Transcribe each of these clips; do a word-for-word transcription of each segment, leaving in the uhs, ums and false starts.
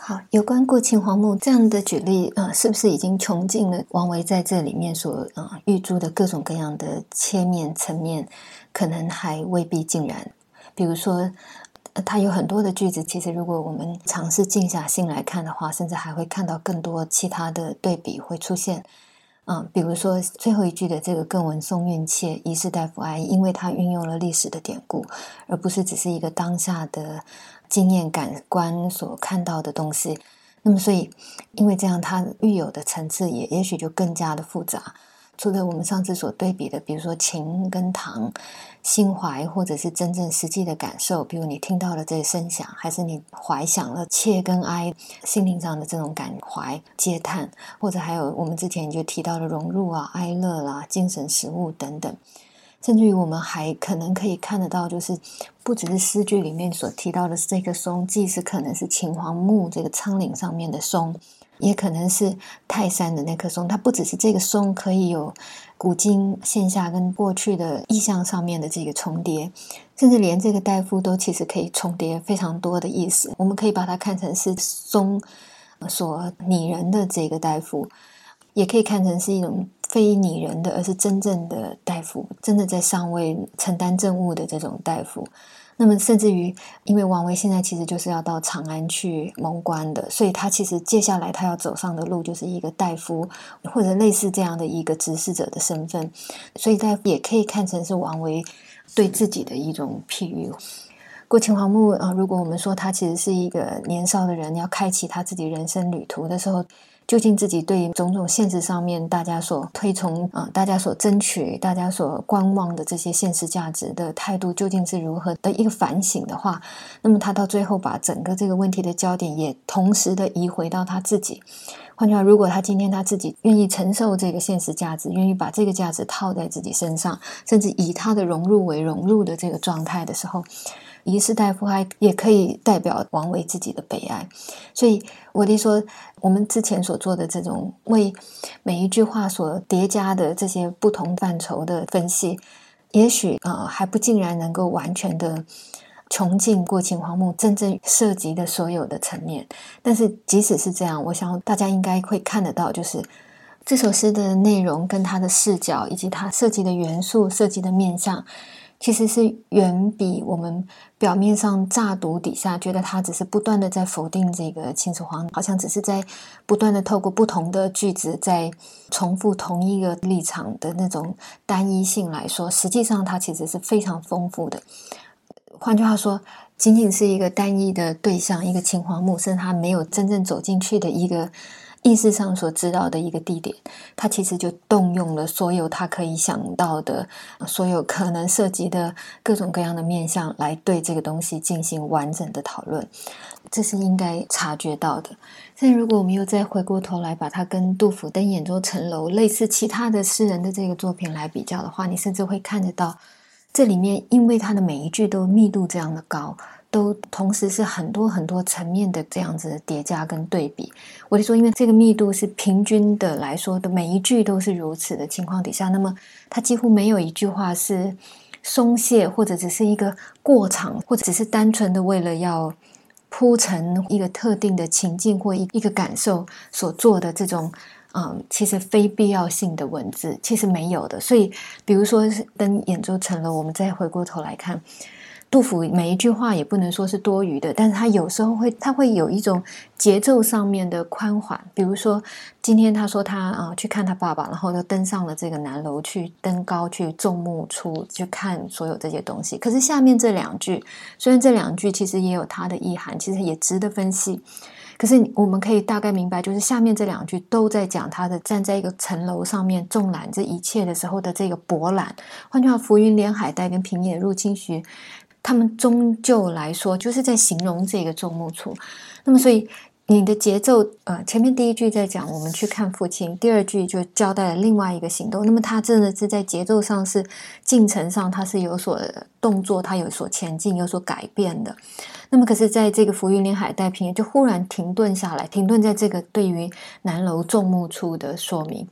好，有关过秦皇墓这样的举例，呃，是不是已经穷尽了王维在这里面所呃预注的各种各样的切面层面？可能还未必尽然。比如说，呃，他有很多的句子，其实如果我们尝试静下心来看的话，甚至还会看到更多其他的对比会出现。嗯、呃，比如说最后一句的这个更闻松韵切，疑是大夫哀，因为它运用了历史的典故，而不是只是一个当下的经验感官所看到的东西。那么所以因为这样，它育有的层次也也许就更加的复杂。除了我们上次所对比的，比如说秦跟唐，心怀或者是真正实际的感受，比如你听到了这个声响，还是你怀想了切跟哀，心灵上的这种感怀嗟叹，或者还有我们之前就提到的融入啊、哀乐啦、精神食物等等。甚至于我们还可能可以看得到，就是不只是诗句里面所提到的这个松，既是可能是秦皇墓这个苍岭上面的松，也可能是泰山的那棵松。它不只是这个松可以有古今现下跟过去的意象上面的这个重叠，甚至连这个大夫都其实可以重叠非常多的意思。我们可以把它看成是松所拟人的这个大夫，也可以看成是一种非拟人的，而是真正的大夫，真的在上位承担政务的这种大夫。那么甚至于因为王维现在其实就是要到长安去蒙官的，所以他其实接下来他要走上的路就是一个大夫或者类似这样的一个执事者的身份，所以大夫也可以看成是王维对自己的一种譬喻。过秦皇墓啊，如果我们说他其实是一个年少的人要开启他自己人生旅途的时候，究竟自己对种种现实上面大家所推崇啊、呃，大家所争取、大家所观望的这些现实价值的态度究竟是如何的一个反省的话，那么他到最后把整个这个问题的焦点也同时的移回到他自己。换句话，如果他今天他自己愿意承受这个现实价值，愿意把这个价值套在自己身上，甚至以他的融入为融入的这个状态的时候，疑是大夫哀也可以代表王维自己的悲哀。所以我的说，我们之前所做的这种为每一句话所叠加的这些不同范畴的分析，也许呃还不尽然能够完全的穷尽过秦皇墓真正涉及的所有的层面。但是即使是这样，我想大家应该会看得到，就是这首诗的内容跟它的视角以及它涉及的元素、涉及的面向，其实是远比我们表面上乍读底下觉得他只是不断的在否定这个秦始皇，好像只是在不断的透过不同的句子在重复同一个立场的那种单一性来说，实际上它其实是非常丰富的。换句话说，仅仅是一个单一的对象，一个秦皇墓，甚至他没有真正走进去的一个意识上所知道的一个地点，他其实就动用了所有他可以想到的所有可能涉及的各种各样的面向来对这个东西进行完整的讨论，这是应该察觉到的。但如果我们又再回过头来把它跟杜甫登兖州城楼类似其他的诗人的这个作品来比较的话，你甚至会看得到这里面因为它的每一句都密度这样的高，都同时是很多很多层面的这样子的叠加跟对比。我就说因为这个密度是平均的来说的，每一句都是如此的情况底下，那么它几乎没有一句话是松懈或者只是一个过场，或者只是单纯的为了要铺陈一个特定的情境或一个感受所做的这种嗯，其实非必要性的文字其实没有的。所以比如说登兖州城楼，我们再回过头来看杜甫每一句话也不能说是多余的，但是他有时候会他会有一种节奏上面的宽缓。比如说今天他说他啊、呃、去看他爸爸，然后就登上了这个南楼去登高去纵目出去看所有这些东西，可是下面这两句虽然这两句其实也有它的意涵，其实也值得分析，可是我们可以大概明白，就是下面这两句都在讲他的站在一个城楼上面纵览这一切的时候的这个博览。换句话，浮云连海带跟平野入清徐，他们终究来说就是在形容这个众目处。那么所以你的节奏呃，前面第一句在讲我们去看父亲，第二句就交代了另外一个行动，那么他真的是在节奏上是进程上他是有所动作，他有所前进有所改变的。那么可是在这个浮云连海带平野就忽然停顿下来，停顿在这个对于南楼众目处的说明。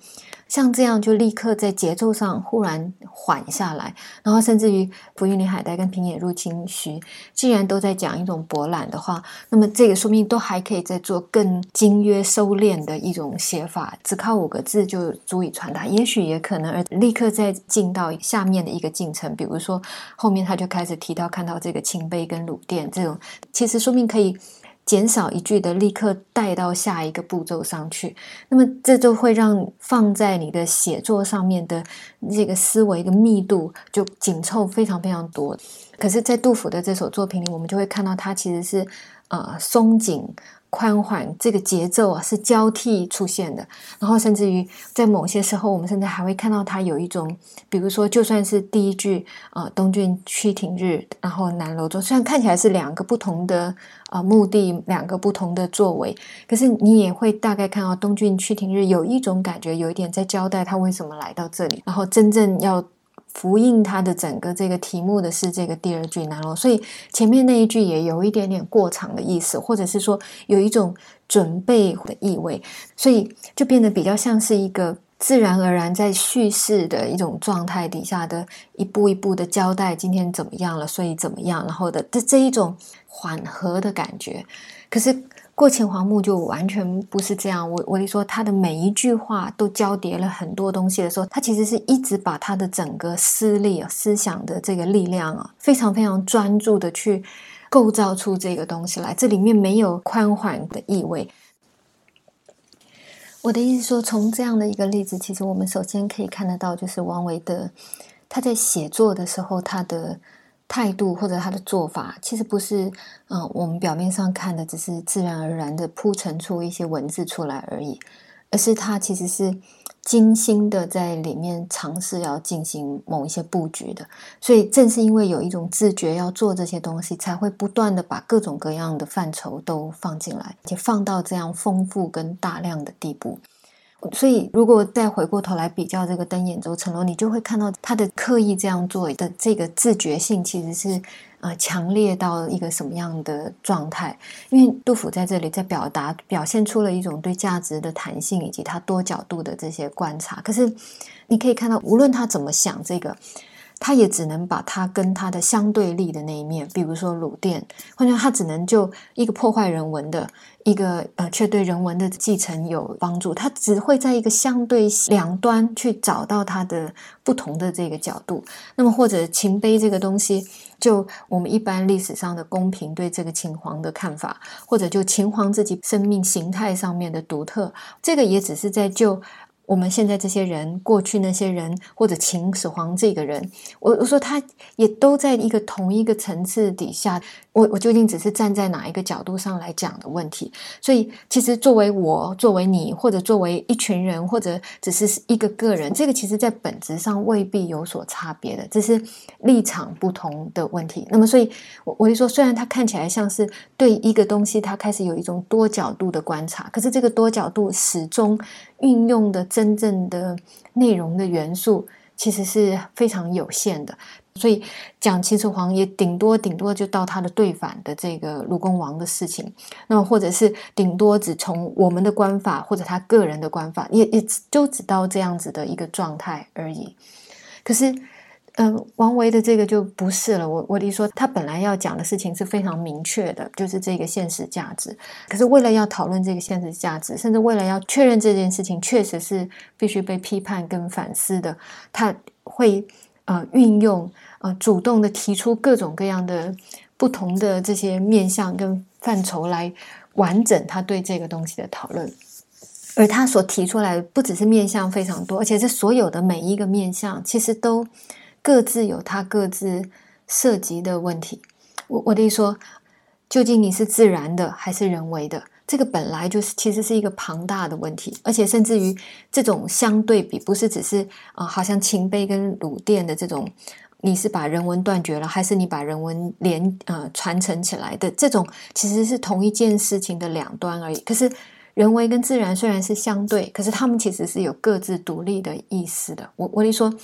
像这样就立刻在节奏上忽然缓下来，然后甚至于浮云林海带跟平野入侵须既然都在讲一种博览的话，那么这个说明都还可以再做更精约收敛的一种写法，只靠五个字就足以传达，也许也可能而立刻再进到下面的一个进程，比如说后面他就开始提到看到这个青杯跟鲁店这种，其实说明可以减少一句的立刻带到下一个步骤上去，那么这就会让放在你的写作上面的这个思维的密度就紧凑非常非常多。可是在杜甫的这首作品里，我们就会看到它其实是呃松紧宽缓，这个节奏啊是交替出现的，然后甚至于在某些时候我们甚至还会看到它有一种，比如说就算是第一句呃东郡趋庭日，然后南楼中，虽然看起来是两个不同的呃目的，两个不同的作为，可是你也会大概看到东郡趋庭日有一种感觉，有一点在交代他为什么来到这里，然后真正要呼应他的整个这个题目的是这个第二句南楼，所以前面那一句也有一点点过场的意思，或者是说有一种准备的意味，所以就变得比较像是一个自然而然在叙事的一种状态底下的一步一步的交代今天怎么样了，所以怎么样，然后的这这一种缓和的感觉。可是过秦皇墓就完全不是这样，我我说他的每一句话都交叠了很多东西的时候，他其实是一直把他的整个思力啊思想的这个力量啊非常非常专注的去构造出这个东西来，这里面没有宽缓的意味。我的意思说，从这样的一个例子，其实我们首先可以看得到，就是王维的他在写作的时候他的态度或者他的做法，其实不是嗯、呃，我们表面上看的只是自然而然的铺陈出一些文字出来而已，而是他其实是精心的在里面尝试要进行某一些布局的，所以正是因为有一种自觉要做这些东西，才会不断的把各种各样的范畴都放进来，而且放到这样丰富跟大量的地步。所以如果再回过头来比较这个登兖州城楼，你就会看到他的刻意这样做的这个自觉性其实是呃强烈到一个什么样的状态，因为杜甫在这里在表达表现出了一种对价值的弹性以及他多角度的这些观察，可是你可以看到无论他怎么想这个，他也只能把他跟他的相对立的那一面，比如说鲁店，或者他只能就一个破坏人文的，一个呃却对人文的继承有帮助，他只会在一个相对两端去找到他的不同的这个角度。那么或者秦碑这个东西，就我们一般历史上的公平对这个秦皇的看法，或者就秦皇自己生命形态上面的独特，这个也只是在就我们现在这些人，过去那些人，或者秦始皇这个人，我我说他也都在一个同一个层次底下，我我究竟只是站在哪一个角度上来讲的问题。所以其实作为我，作为你，或者作为一群人，或者只是一个个人，这个其实在本质上未必有所差别的，只是立场不同的问题。那么所以我我就说，虽然它看起来像是对一个东西它开始有一种多角度的观察，可是这个多角度始终运用的真正的内容的元素其实是非常有限的，所以讲秦始皇也顶多顶多就到他的对反的这个鲁公王的事情，那么或者是顶多只从我们的观法或者他个人的观法，也也就只到这样子的一个状态而已。可是嗯、呃，王维的这个就不是了，我我的说他本来要讲的事情是非常明确的，就是这个现实价值，可是为了要讨论这个现实价值，甚至为了要确认这件事情确实是必须被批判跟反思的，他会呃运用呃主动的提出各种各样的不同的这些面向跟范畴来完整他对这个东西的讨论。而他所提出来的不只是面向非常多，而且是所有的每一个面向其实都各自有他各自涉及的问题。我我的意思说，究竟你是自然的还是人为的，这个本来就是其实是一个庞大的问题，而且甚至于这种相对比不是只是啊、呃，好像秦碑跟鲁店的这种你是把人文断绝了还是你把人文连呃传承起来的，这种其实是同一件事情的两端而已。可是人为跟自然虽然是相对，可是他们其实是有各自独立的意思的。我我的说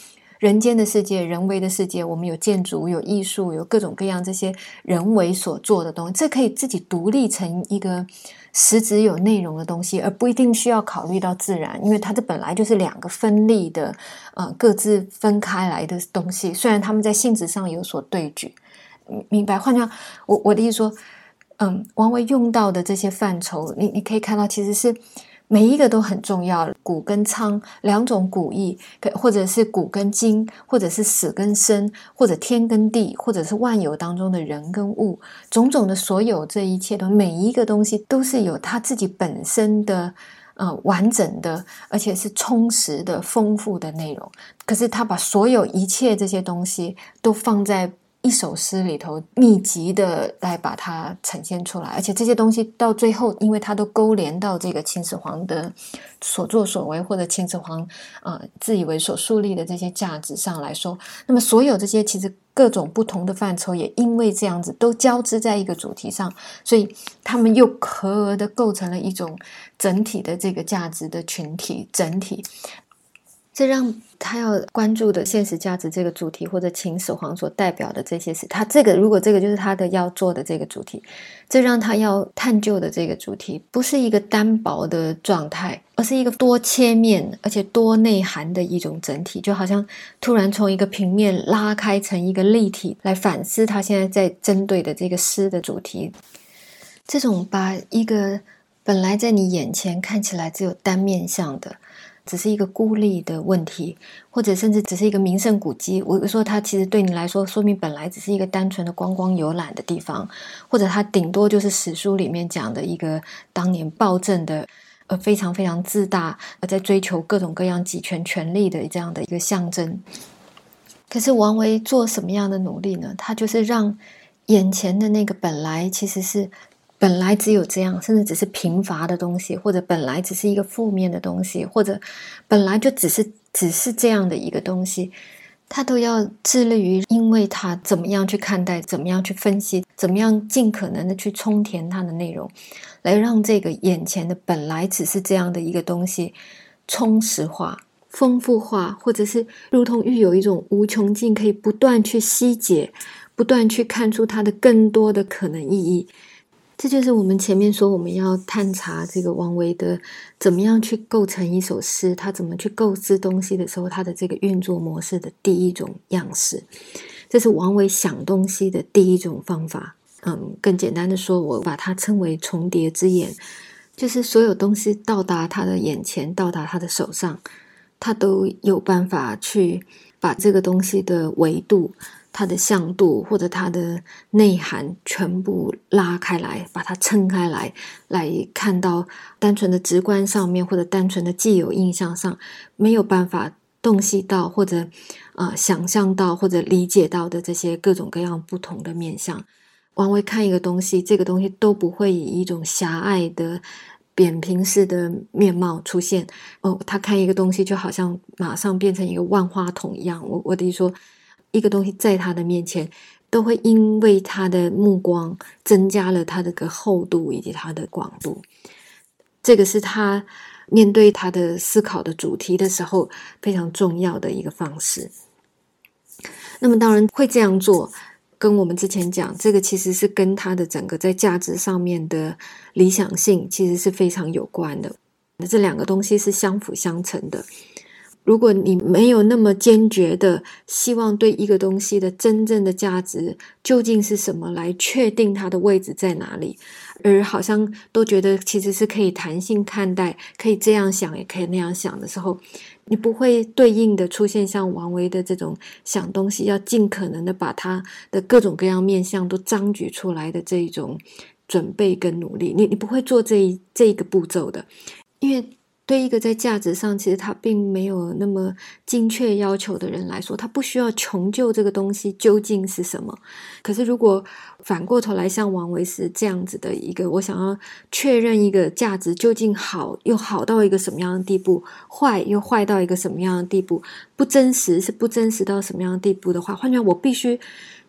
人间的世界，人为的世界，我们有建筑，有艺术，有各种各样这些人为所做的东西，这可以自己独立成一个实质有内容的东西，而不一定需要考虑到自然，因为它这本来就是两个分立的呃，各自分开来的东西，虽然他们在性质上有所对举，明白？换句话，我我的意思说，嗯，王维用到的这些范畴，你你可以看到，其实是每一个都很重要，古跟苍两种古义，或者是古跟今，或者是死跟生，或者天跟地，或者是万有当中的人跟物，种种的所有这一切的每一个东西都是有它自己本身的呃完整的，而且是充实的丰富的内容。可是他把所有一切这些东西都放在一首诗里头，密集的来把它呈现出来，而且这些东西到最后，因为它都勾连到这个秦始皇的所作所为，或者秦始皇呃自以为所树立的这些价值上来说，那么所有这些其实各种不同的范畴，也因为这样子都交织在一个主题上，所以他们又合而的构成了一种整体的这个价值的群体整体。这让他要关注的现实价值这个主题，或者秦始皇所代表的这些事，他这个如果这个就是他的要做的这个主题，这让他要探究的这个主题不是一个单薄的状态，而是一个多切面而且多内涵的一种整体，就好像突然从一个平面拉开成一个立体，来反思他现在在针对的这个诗的主题。这种把一个本来在你眼前看起来只有单面向的，只是一个孤立的问题，或者甚至只是一个名胜古迹，我说它其实对你来说说明本来只是一个单纯的观光游览的地方，或者它顶多就是史书里面讲的一个当年暴政的呃非常非常自大，而在追求各种各样集权权力的这样的一个象征。可是王维做什么样的努力呢？他就是让眼前的那个本来其实是本来只有这样，甚至只是贫乏的东西，或者本来只是一个负面的东西，或者本来就只是只是这样的一个东西，他都要致力于因为他怎么样去看待，怎么样去分析，怎么样尽可能的去充填它的内容，来让这个眼前的本来只是这样的一个东西充实化、丰富化，或者是如同欲有一种无穷尽，可以不断去析解，不断去看出它的更多的可能意义。这就是我们前面说我们要探查这个王维的怎么样去构成一首诗，他怎么去构思东西的时候，他的这个运作模式的第一种样式。这是王维想东西的第一种方法。嗯，更简单的说，我把它称为重叠之眼，就是所有东西到达他的眼前，到达他的手上，他都有办法去把这个东西的维度、它的向度或者它的内涵全部拉开来，把它撑开来，来看到单纯的直观上面或者单纯的既有印象上没有办法洞悉到或者呃想象到或者理解到的这些各种各样不同的面向。王维看一个东西，这个东西都不会以一种狭隘的扁平式的面貌出现哦，他看一个东西就好像马上变成一个万花筒一样。我我的意思说，一个东西在他的面前都会因为他的目光增加了他的个厚度以及他的广度。这个是他面对他的思考的主题的时候非常重要的一个方式。那么当然会这样做，跟我们之前讲这个其实是跟他的整个在价值上面的理想性其实是非常有关的，这两个东西是相辅相成的。如果你没有那么坚决的希望对一个东西的真正的价值究竟是什么来确定它的位置在哪里，而好像都觉得其实是可以弹性看待，可以这样想也可以那样想的时候，你不会对应的出现像王维的这种想东西要尽可能的把它的各种各样面向都张举出来的这一种准备跟努力，你你不会做这一这一个步骤的。因为对一个在价值上其实他并没有那么精确要求的人来说，他不需要穷究这个东西究竟是什么。可是如果反过头来像王维是这样子的一个，我想要确认一个价值究竟好又好到一个什么样的地步，坏又坏到一个什么样的地步，不真实是不真实到什么样的地步的话，换句话我必须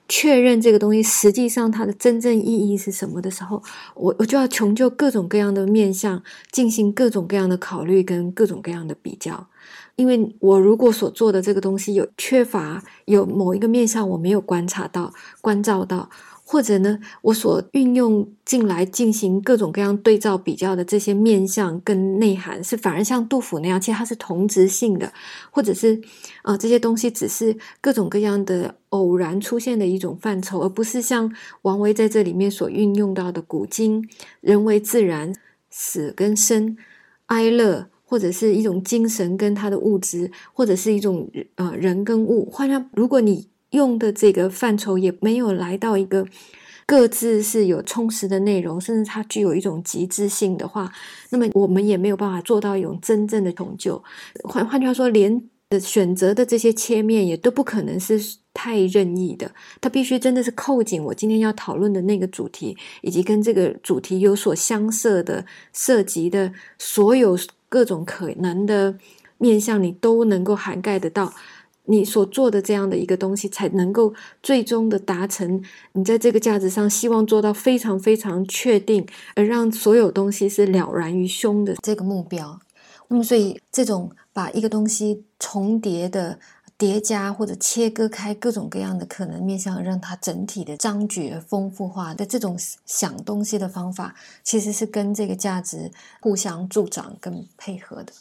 确认这个东西实际上它的真正意义是什么的时候，我我就要穷究各种各样的面向，进行各种各样的考虑跟各种各样的比较。因为我如果所做的这个东西有缺乏，有某一个面向我没有观察到关照到，或者呢我所运用进来进行各种各样对照比较的这些面向跟内涵是反而像杜甫那样，其实它是同质性的，或者是呃这些东西只是各种各样的偶然出现的一种范畴，而不是像王维在这里面所运用到的古今、人为自然、死跟生、哀乐，或者是一种精神跟它的物质，或者是一种呃人跟物。换句话，如果你用的这个范畴也没有来到一个各自是有充实的内容，甚至它具有一种极致性的话，那么我们也没有办法做到一种真正的成就。换换句话说，连选择的这些切面也都不可能是太任意的，它必须真的是扣紧我今天要讨论的那个主题，以及跟这个主题有所相涉的涉及的所有各种可能的面向，你都能够涵盖得到。你所做的这样的一个东西才能够最终的达成你在这个价值上希望做到非常非常确定，而让所有东西是了然于胸的这个目标。那么所以这种把一个东西重叠的叠加或者切割开各种各样的可能面向，让它整体的张觉丰富化的这种想东西的方法，其实是跟这个价值互相助长跟配合的。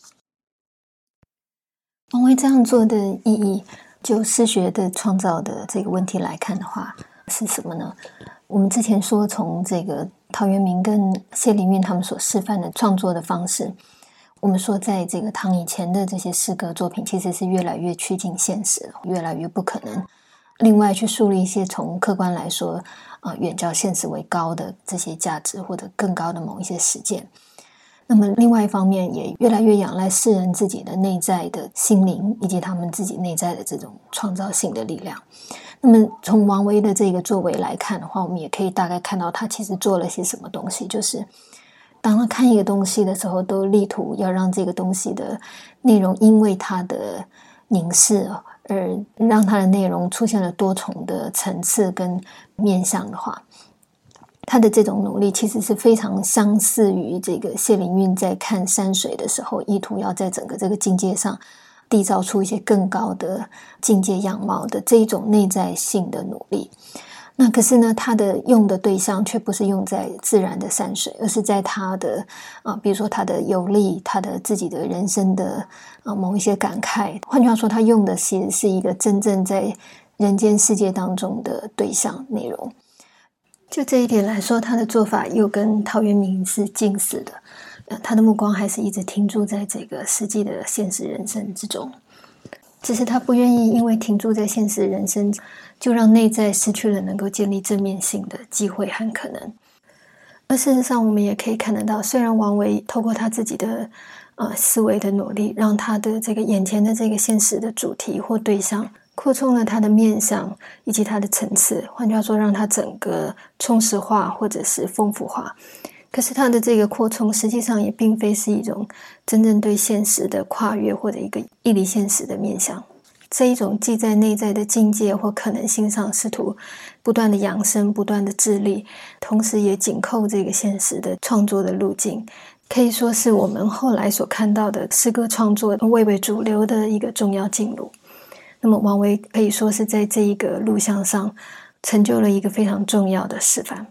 王维这样做的意义，就诗学的创造的这个问题来看的话，是什么呢？我们之前说，从这个陶渊明跟谢灵运他们所示范的创作的方式，我们说在这个唐以前的这些诗歌作品其实是越来越趋近现实，越来越不可能另外去树立一些从客观来说呃，远较现实为高的这些价值，或者更高的某一些实践。那么另外一方面也越来越仰赖世人自己的内在的心灵，以及他们自己内在的这种创造性的力量。那么从王维的这个作为来看的话，我们也可以大概看到他其实做了些什么东西，就是当他看一个东西的时候，都力图要让这个东西的内容因为他的凝视而让它的内容出现了多重的层次跟面向的话，他的这种努力其实是非常相似于这个谢灵运在看山水的时候，意图要在整个这个境界上缔造出一些更高的境界样貌的这一种内在性的努力。那可是呢，他的用的对象却不是用在自然的山水，而是在他的啊，比如说他的游历，他的自己的人生的啊某一些感慨。换句话说，他用的其实是一个真正在人间世界当中的对象内容。就这一点来说，他的做法又跟陶渊明是近似的，呃，他的目光还是一直停驻在这个实际的现实人生之中，只是他不愿意因为停驻在现实人生，就让内在失去了能够建立正面性的机会和可能。而事实上我们也可以看得到，虽然王维透过他自己的呃思维的努力，让他的这个眼前的这个现实的主题或对象扩充了它的面向以及它的层次，换句话说，让它整个充实化或者是丰富化。可是它的这个扩充实际上也并非是一种真正对现实的跨越，或者一个义离现实的面向。这一种既在内在的境界或可能性上试图不断的扬升，不断的致力，同时也紧扣这个现实的创作的路径，可以说是我们后来所看到的诗歌创作蔚为主流的一个重要进路。那么王维可以说是在这一个路向上成就了一个非常重要的示范。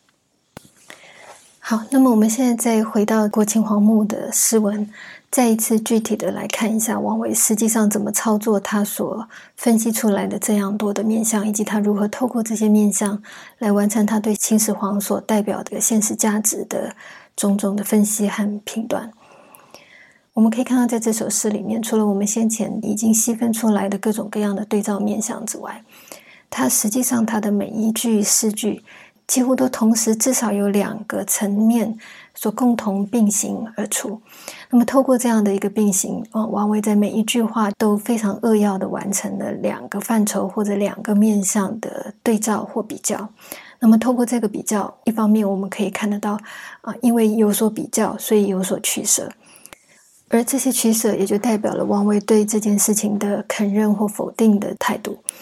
好，那么我们现在再回到国秦黄牧的诗文，再一次具体的来看一下王维实际上怎么操作他所分析出来的这样多的面向，以及他如何透过这些面向来完成他对秦始皇所代表的现实价值的种种的分析和评断。我们可以看到在这首诗里面，除了我们先前已经细分出来的各种各样的对照面向之外，它实际上它的每一句诗句几乎都同时至少有两个层面所共同并行而出。那么透过这样的一个并行，王维在每一句话都非常扼要的完成了两个范畴或者两个面向的对照或比较。那么透过这个比较，一方面我们可以看得到啊，因为有所比较，所以有所取舍，而这些取舍也就代表了王维对这件事情的肯认或否定的态度。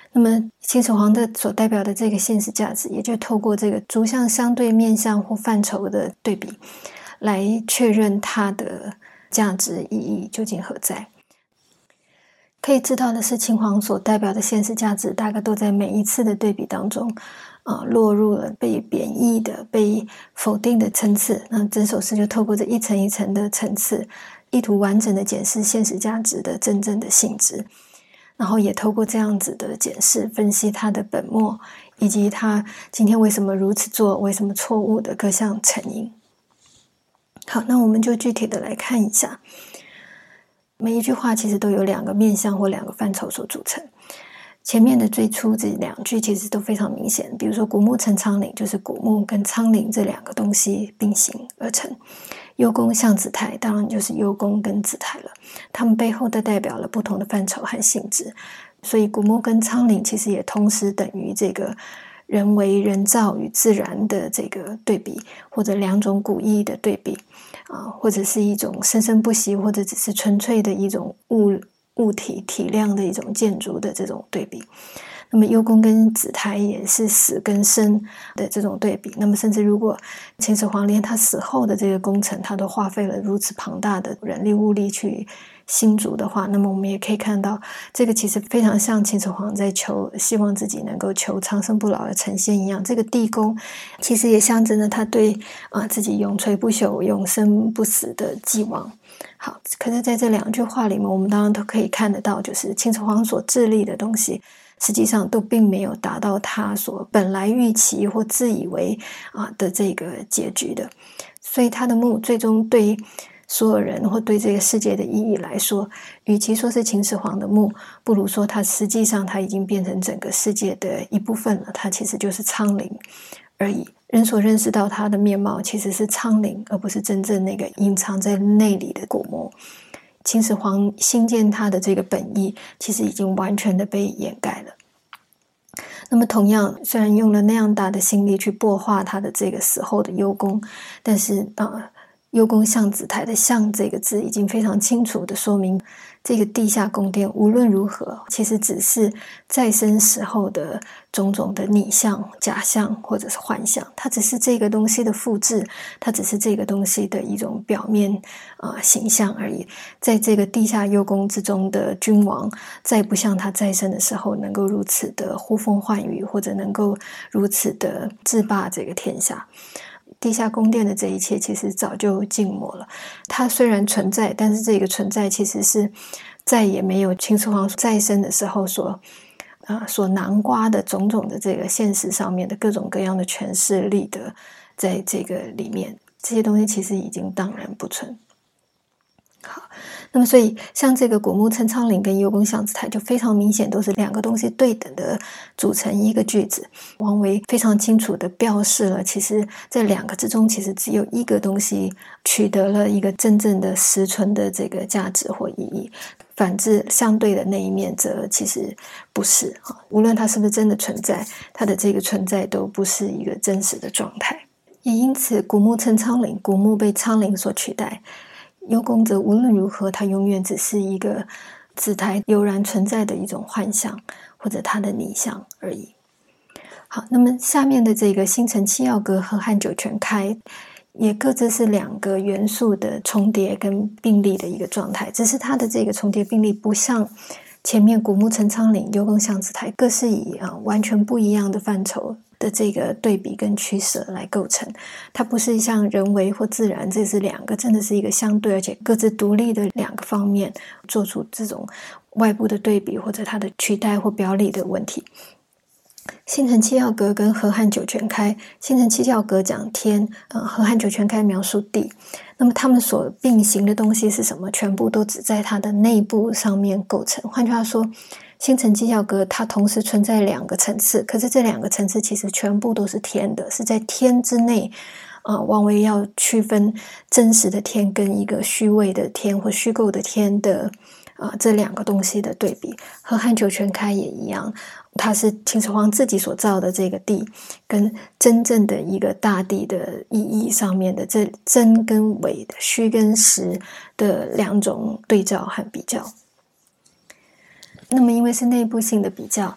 那么秦始皇的所代表的这个现实价值，也就透过这个逐项相对面向或范畴的对比，来确认它的价值意义究竟何在。可以知道的是，秦始皇所代表的现实价值大概都在每一次的对比当中啊、呃，落入了被贬义的、被否定的层次。那整首诗就透过这一层一层的层次，意图完整的检视现实价值的真正的性质，然后也透过这样子的检视，分析它的本末，以及它今天为什么如此做，为什么错误的各项成因。好，那我们就具体的来看一下。每一句话其实都有两个面向或两个范畴所组成。前面的最初这两句其实都非常明显，比如说古木成苍岭，就是古木跟苍岭这两个东西并行而成。幽宫象子台，当然就是幽宫跟子台了，它们背后都代表了不同的范畴和性质，所以古木跟苍岭其实也同时等于这个人为人造与自然的这个对比，或者两种古意的对比啊，或者是一种生生不息，或者只是纯粹的一种物物体体量的一种建筑的这种对比。那么幽宫跟子台也是死跟生的这种对比。那么甚至如果秦始皇连他死后的这个工程他都花费了如此庞大的人力物力去新筑的话，那么我们也可以看到这个其实非常像秦始皇在求希望自己能够求长生不老的成仙一样。这个地宫其实也象征着他对啊、呃、自己永垂不朽永生不死的寄望。好，可是在这两句话里面我们当然都可以看得到，就是秦始皇所致力的东西实际上都并没有达到他所本来预期或自以为啊的这个结局的。所以他的墓最终对所有人或对这个世界的意义来说，与其说是秦始皇的墓，不如说他实际上他已经变成整个世界的一部分了，他其实就是苍岭而已。人所认识到他的面貌其实是苍岭，而不是真正那个隐藏在内里的古墓。秦始皇兴建他的这个本意其实已经完全的被掩盖了。那么同样，虽然用了那样大的心力去擘画他的这个死后的幽宫，但是呃幽宫象子台的象这个字已经非常清楚的说明，这个地下宫殿无论如何其实只是再生时候的种种的拟像、假象或者是幻象，它只是这个东西的复制，它只是这个东西的一种表面呃形象而已。在这个地下幽宫之中的君王再不像他再生的时候能够如此的呼风唤雨，或者能够如此的制霸这个天下。地下宫殿的这一切其实早就静默了，它虽然存在，但是这个存在其实是再也没有秦始皇再生的时候所呃所囊括的种种的这个现实上面的各种各样的权势力的在这个里面，这些东西其实已经荡然不存。好，那么所以像这个古木成苍岭跟幽宫象子台就非常明显都是两个东西对等的组成一个句子。王维非常清楚的标示了，其实在两个之中其实只有一个东西取得了一个真正的实存的这个价值或意义，反之相对的那一面则其实不是。无论它是不是真的存在，它的这个存在都不是一个真实的状态。也因此古木成苍岭，古木被苍岭所取代，幽宫则无论如何它永远只是一个子台悠然存在的一种幻象或者它的拟像而已。好，那么下面的这个星辰七曜阁、河汉九泉开也各自是两个元素的重叠跟并立的一个状态，只是它的这个重叠并立不像前面古木成苍岭、幽宫象子台各是以啊完全不一样的范畴的这个对比跟取舍来构成，它不是像人为或自然，这是两个真的是一个相对而且各自独立的两个方面做出这种外部的对比或者它的取代或表里的问题。星辰七曜阁跟河汉九泉开，星辰七曜阁讲天，呃，河汉九泉开描述地。那么他们所并行的东西是什么？全部都只在它的内部上面构成。换句话说，星辰七曜阁它同时存在两个层次，可是这两个层次其实全部都是天的，是在天之内。呃，王维要区分真实的天跟一个虚伪的天或虚构的天的呃这两个东西的对比。河汉九泉开也一样，它是秦始皇自己所造的这个地跟真正的一个大地的意义上面的这真跟伪的虚跟实的两种对照和比较。那么因为是内部性的比较，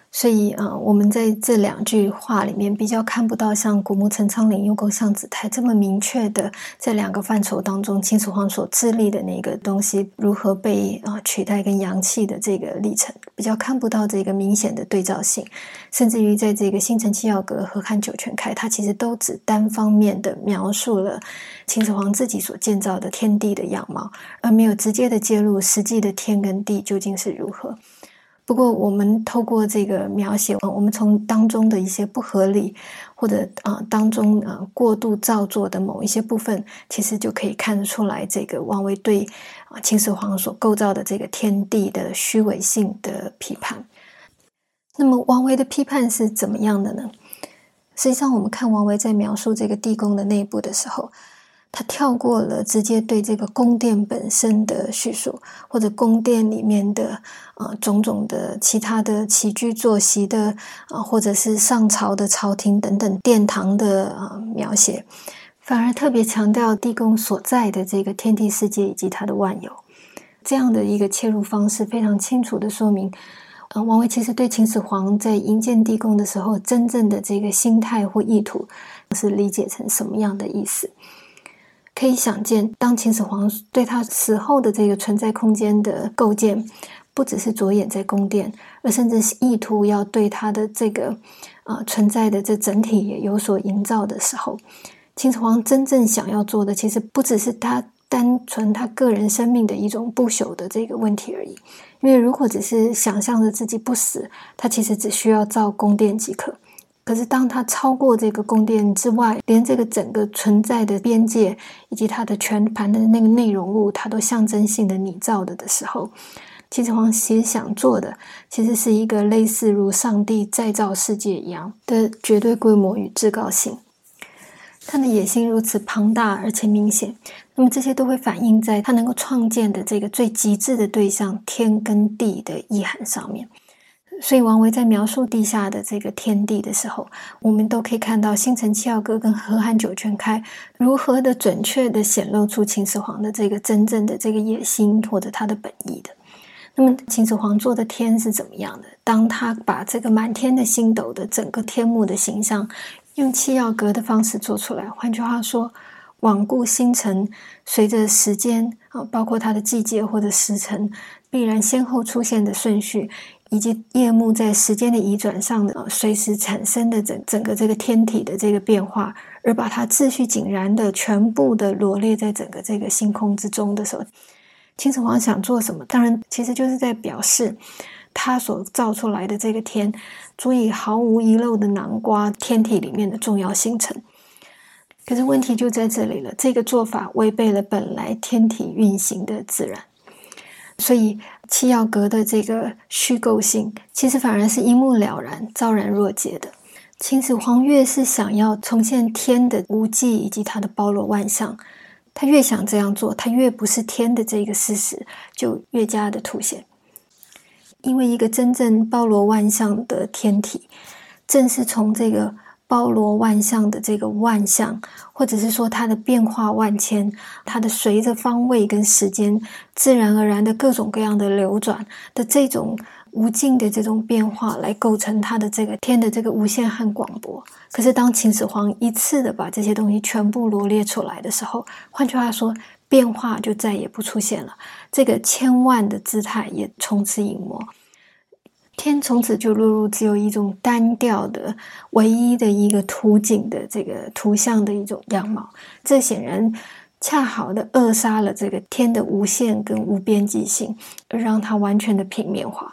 所以啊、呃，我们在这两句话里面比较看不到像古木陈仓廪幽沟向子台这么明确的在两个范畴当中秦始皇所致力的那个东西如何被啊、呃、取代跟扬弃的这个历程，比较看不到这个明显的对照性，甚至于在这个星辰七曜阁、河汉九泉开，它其实都只单方面的描述了秦始皇自己所建造的天地的样貌，而没有直接的介入实际的天跟地究竟是如何。不过我们透过这个描写，我们从当中的一些不合理或者啊、呃、当中啊、呃、过度造作的某一些部分，其实就可以看得出来这个王维对啊、呃、秦始皇所构造的这个天地的虚伪性的批判。那么王维的批判是怎么样的呢？实际上我们看王维在描述这个地宫的内部的时候，他跳过了直接对这个宫殿本身的叙述，或者宫殿里面的呃种种的其他的起居作息的呃或者是上朝的朝廷等等殿堂的呃描写，反而特别强调地宫所在的这个天地世界以及它的万有。这样的一个切入方式非常清楚的说明呃，王维其实对秦始皇在营建地宫的时候真正的这个心态或意图是理解成什么样的意思。可以想见，当秦始皇对他死后的这个存在空间的构建，不只是着眼在宫殿，而甚至是意图要对他的这个呃存在的这整体也有所营造的时候，秦始皇真正想要做的，其实不只是他单纯他个人生命的一种不朽的这个问题而已。因为如果只是想象着自己不死，他其实只需要造宫殿即可。可是当他超过这个宫殿之外，连这个整个存在的边界以及它的全盘的那个内容物，它都象征性的拟造的的时候，秦始皇其实想做的其实是一个类似如上帝再造世界一样的绝对规模与至高性。他的野心如此庞大而且明显，那么这些都会反映在他能够创建的这个最极致的对象天跟地的意涵上面。所以王维在描述地下的这个天地的时候，我们都可以看到星辰七曜阁跟河汉九泉开如何的准确的显露出秦始皇的这个真正的这个野心或者他的本意的。那么秦始皇做的天是怎么样的？当他把这个满天的星斗的整个天幕的形象用七曜阁的方式做出来，换句话说，罔顾星辰随着时间包括它的季节或者时辰必然先后出现的顺序，以及夜幕在时间的移转上的随时产生的整整个这个天体的这个变化，而把它秩序井然的全部的罗列在整个这个星空之中的时候，秦始皇想做什么？当然其实就是在表示他所造出来的这个天足以毫无遗漏的囊括天体里面的重要星辰。可是问题就在这里了，这个做法违背了本来天体运行的自然。所以七曜阁的这个虚构性其实反而是一目了然昭然若揭的。秦始皇越是想要重现天的无际以及它的包罗万象，他越想这样做，他越不是天的这个事实就越加的凸显。因为一个真正包罗万象的天体，正是从这个包罗万象的这个万象，或者是说它的变化万千，它的随着方位跟时间自然而然的各种各样的流转的这种无尽的这种变化，来构成它的这个天的这个无限和广博。可是当秦始皇一次的把这些东西全部罗列出来的时候，换句话说，变化就再也不出现了，这个千万的姿态也从此隐没，天从此就落入只有一种单调的唯一的一个图景的这个图像的一种样貌。这显然恰好的扼杀了这个天的无限跟无边际性，而让它完全的平面化。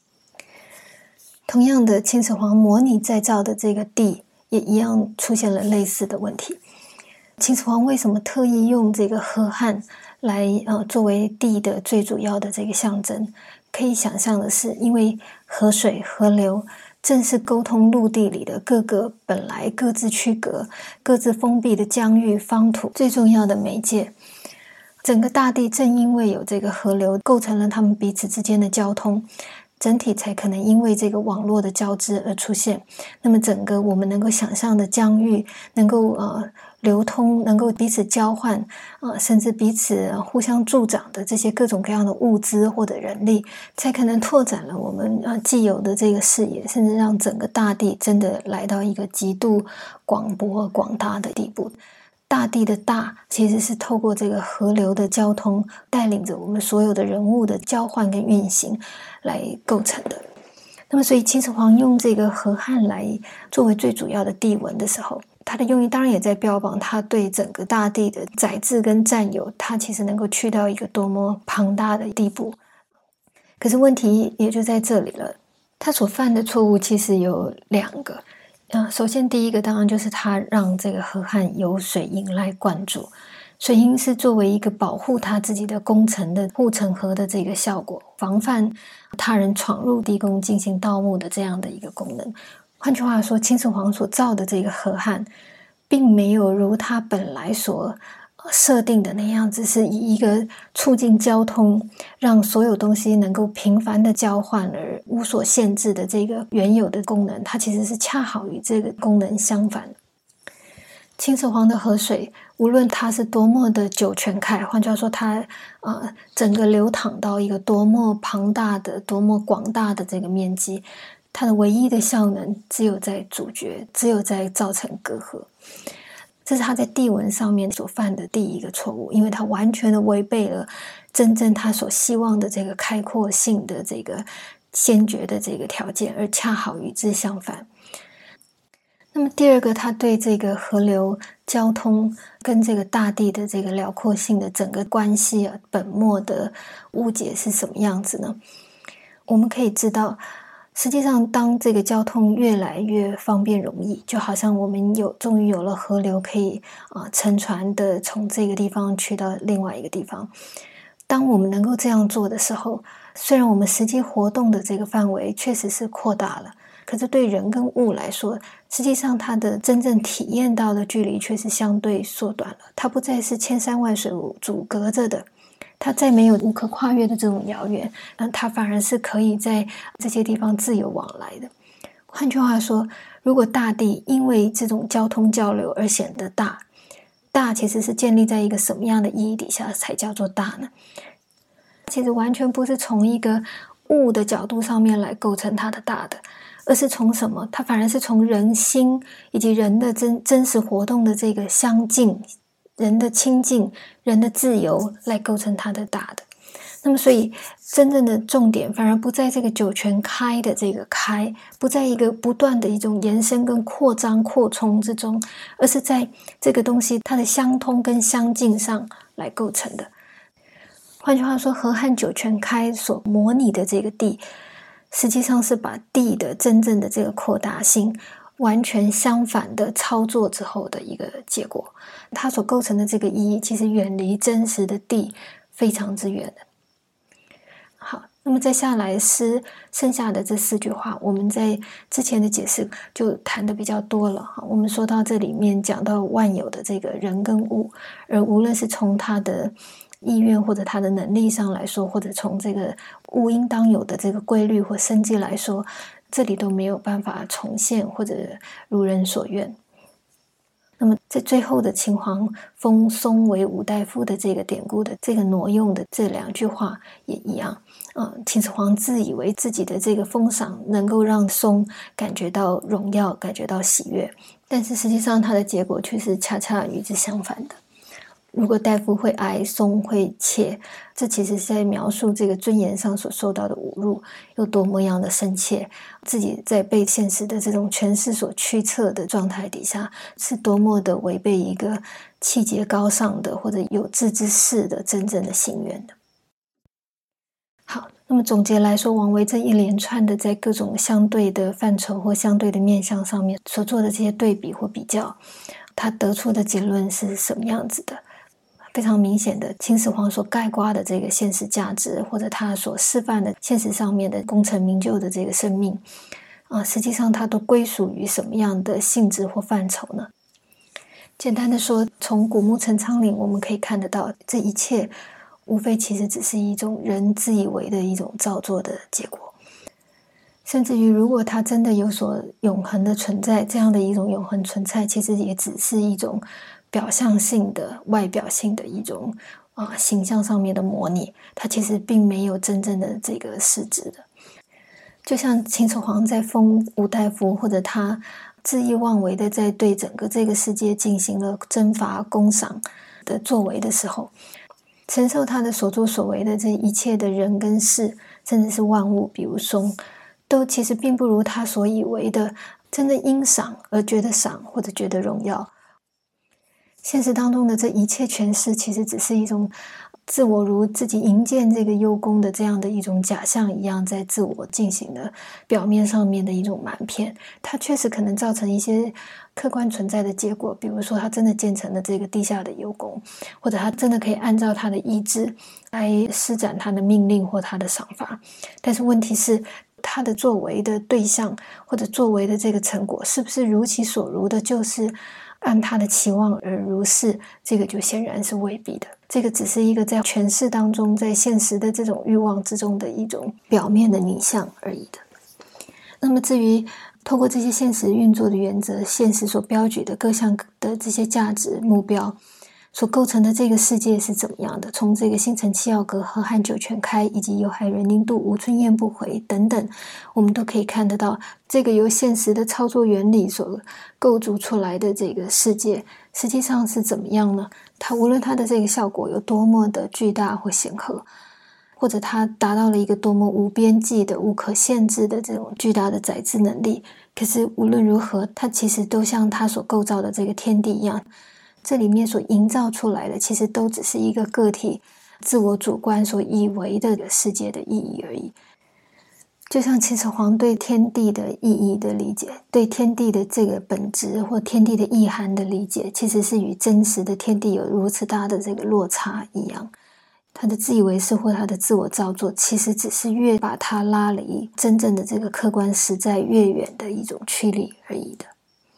同样的，秦始皇模拟再造的这个地也一样出现了类似的问题。秦始皇为什么特意用这个河汉来呃作为地的最主要的这个象征？可以想象的是，因为河水河流正是沟通陆地里的各个本来各自区隔各自封闭的疆域方土最重要的媒介。整个大地正因为有这个河流构成了他们彼此之间的交通， 整体才可能因为这个网络的交织而出现。那么整个我们能够想象的疆域能够呃流通，能够彼此交换，呃，甚至彼此互相助长的这些各种各样的物资或者人力，才可能拓展了我们呃既有的这个视野，甚至让整个大地真的来到一个极度广博广大的地步。大地的大其实是透过这个河流的交通，带领着我们所有的人物的交换跟运行来构成的。那么所以秦始皇用这个河汉来作为最主要的地文的时候，他的用意当然也在标榜他对整个大地的宰制跟占有，他其实能够去到一个多么庞大的地步。可是问题也就在这里了，他所犯的错误其实有两个。呃、首先第一个当然就是他让这个河汉由水营来灌注，水营是作为一个保护他自己的工程的护城河的这个效果，防范他人闯入地宫进行盗墓的这样的一个功能。换句话说，秦始皇所造的这个河汉并没有如他本来所设定的那样子，是以一个促进交通，让所有东西能够频繁的交换而无所限制的这个原有的功能，它其实是恰好与这个功能相反。秦始皇的河水无论它是多么的九泉开，换句话说它呃整个流淌到一个多么庞大的多么广大的这个面积，它的唯一的效能只有在阻绝，只有在造成隔阂。这是他在地文上面所犯的第一个错误，因为他完全的违背了真正他所希望的这个开阔性的这个先决的这个条件，而恰好与之相反。那么第二个，他对这个河流交通跟这个大地的这个辽阔性的整个关系啊，本末的误解是什么样子呢？我们可以知道，实际上当这个交通越来越方便容易，就好像我们有终于有了河流可以啊、呃、乘船的从这个地方去到另外一个地方，当我们能够这样做的时候，虽然我们实际活动的这个范围确实是扩大了，可是对人跟物来说，实际上它的真正体验到的距离却是相对缩短了，它不再是千山万水阻隔着的，它再没有无可跨越的这种遥远，那它反而是可以在这些地方自由往来的。换句话说，如果大地因为这种交通交流而显得大，大其实是建立在一个什么样的意义底下才叫做大呢？其实完全不是从一个物的角度上面来构成它的大的，而是从什么？它反而是从人心以及人的真真实活动的这个相近，人的亲近，人的自由来构成它的大的。那么所以真正的重点反而不在这个九泉开的这个开，不在一个不断的一种延伸跟扩张扩充之中，而是在这个东西它的相通跟相近上来构成的。换句话说，河汉九泉开所模拟的这个地，实际上是把地的真正的这个扩大性完全相反的操作之后的一个结果，它所构成的这个意义其实远离真实的地非常之远的。好，那么再下来诗剩下的这四句话，我们在之前的解释就谈的比较多了。我们说到这里面讲到万有的这个人跟物，而无论是从他的意愿或者他的能力上来说，或者从这个物应当有的这个规律或生机来说，这里都没有办法重现或者如人所愿。那么在最后的秦皇封松为五大夫的这个典故的这个挪用的这两句话也一样，呃，秦始皇自以为自己的这个封赏能够让松感觉到荣耀，感觉到喜悦，但是实际上他的结果却是恰恰与之相反的。如果大夫会哀，松会切，这其实是在描述这个尊严上所受到的侮辱有多么样的深切，自己在被现实的这种权势所驱策的状态底下，是多么的违背一个气节高尚的或者有志之士的真正的心愿的。好，那么总结来说，王维这一连串的在各种相对的范畴或相对的面向上面所做的这些对比或比较，他得出的结论是什么样子的？非常明显的，秦始皇所概括的这个现实价值，或者他所示范的现实上面的功成名就的这个生命啊，实际上它都归属于什么样的性质或范畴呢？简单的说，从古木陈仓廪我们可以看得到，这一切无非其实只是一种人自以为的一种造作的结果。 甚至于如果它真的有所永恒的存在，这样的一种永恒存在其实也只是一种表象性的外表性的一种啊、呃、形象上面的模拟，它其实并没有真正的这个实质的。就像秦始皇在封吴大夫，或者他恣意妄为的在对整个这个世界进行了征伐攻赏的作为的时候，承受他的所作所为的这一切的人跟事，甚至是万物，比如松，都其实并不如他所以为的真的因赏而觉得赏，或者觉得荣耀。现实当中的这一切权势其实只是一种自我如自己营建这个幽宫的这样的一种假象一样，在自我进行的表面上面的一种瞒骗，它确实可能造成一些客观存在的结果，比如说它真的建成了这个地下的幽宫，或者它真的可以按照它的意志来施展它的命令或它的赏罚。但是问题是，它的作为的对象或者作为的这个成果是不是如其所如的就是按他的期望而如是，这个就显然是未必的。这个只是一个在权势当中，在现实的这种欲望之中的一种表面的拟像而已的。那么至于透过这些现实运作的原则，现实所标举的各项的这些价值目标所构成的这个世界是怎么样的，从这个星辰气曜阁、河汉九泉开，以及有海人宁度、吴春雁不回等等，我们都可以看得到，这个由现实的操作原理所构筑出来的这个世界实际上是怎么样呢？它无论它的这个效果有多么的巨大或显赫，或者它达到了一个多么无边际的无可限制的这种巨大的载质能力，可是无论如何，它其实都像它所构造的这个天地一样，这里面所营造出来的其实都只是一个个体自我主观所以为的世界的意义而已。就像秦始皇对天地的意义的理解，对天地的这个本质或天地的意涵的理解，其实是与真实的天地有如此大的这个落差一样。他的自以为是或他的自我造作，其实只是越把他拉离真正的这个客观实在越远的一种驱力而已的。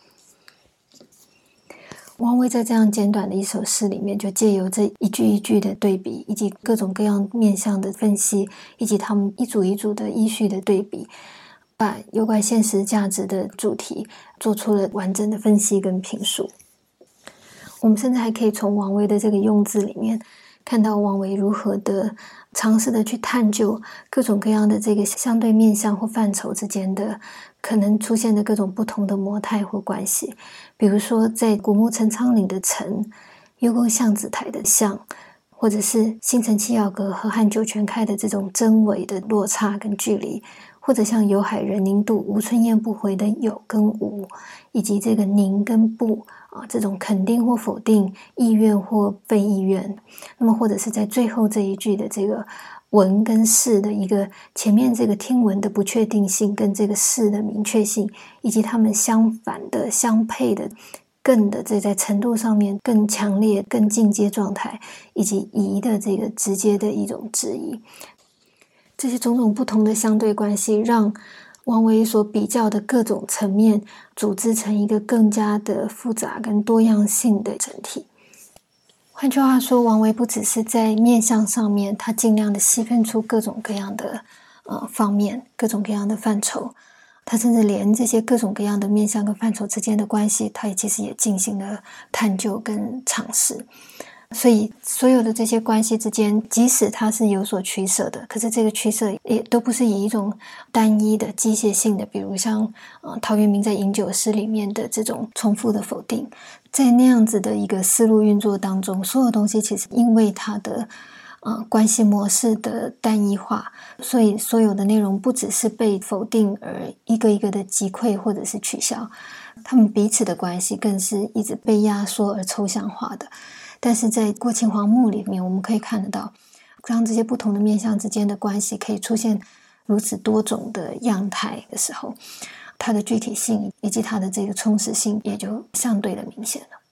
王维在这样简短的一首诗里面，就借由这一句一句的对比，以及各种各样面向的分析，以及他们一组一组的依序的对比，把有关现实价值的主题做出了完整的分析跟评述。我们甚至还可以从王维的这个用字里面看到王维如何的尝试的去探究各种各样的这个相对面向或范畴之间的可能出现的各种不同的模态或关系。比如说在古木陈仓岭的陈，幽宫象子台的象，或者是星辰气曜阁、河汉九泉开的这种真伪的落差跟距离，或者像有海人宁度、吴春雁不回的有跟无，以及这个宁跟不啊，这种肯定或否定、意愿或非意愿。那么或者是在最后这一句的这个闻跟是的一个前面这个听闻的不确定性跟这个是的明确性，以及它们相反的相配的更的这在程度上面更强烈更进阶状态，以及疑的这个直接的一种质疑。这些种种不同的相对关系，让王维所比较的各种层面组织成一个更加的复杂跟多样性的整体。换句话说，王维不只是在面向上面，他尽量的细分出各种各样的呃方面，各种各样的范畴，他甚至连这些各种各样的面向跟范畴之间的关系，他也其实也进行了探究跟尝试。所以所有的这些关系之间，即使它是有所取舍的，可是这个取舍也都不是以一种单一的机械性的，比如像呃陶渊明在饮酒诗里面的这种重复的否定。在那样子的一个思路运作当中，所有东西其实因为它的呃关系模式的单一化，所以所有的内容不只是被否定而一个一个的击溃或者是取消，他们彼此的关系更是一直被压缩而抽象化的。但是在过秦皇墓里面，我们可以看得到，当这些不同的面向之间的关系可以出现如此多种的样态的时候，它的具体性以及它的这个充实性也就相对的明显了。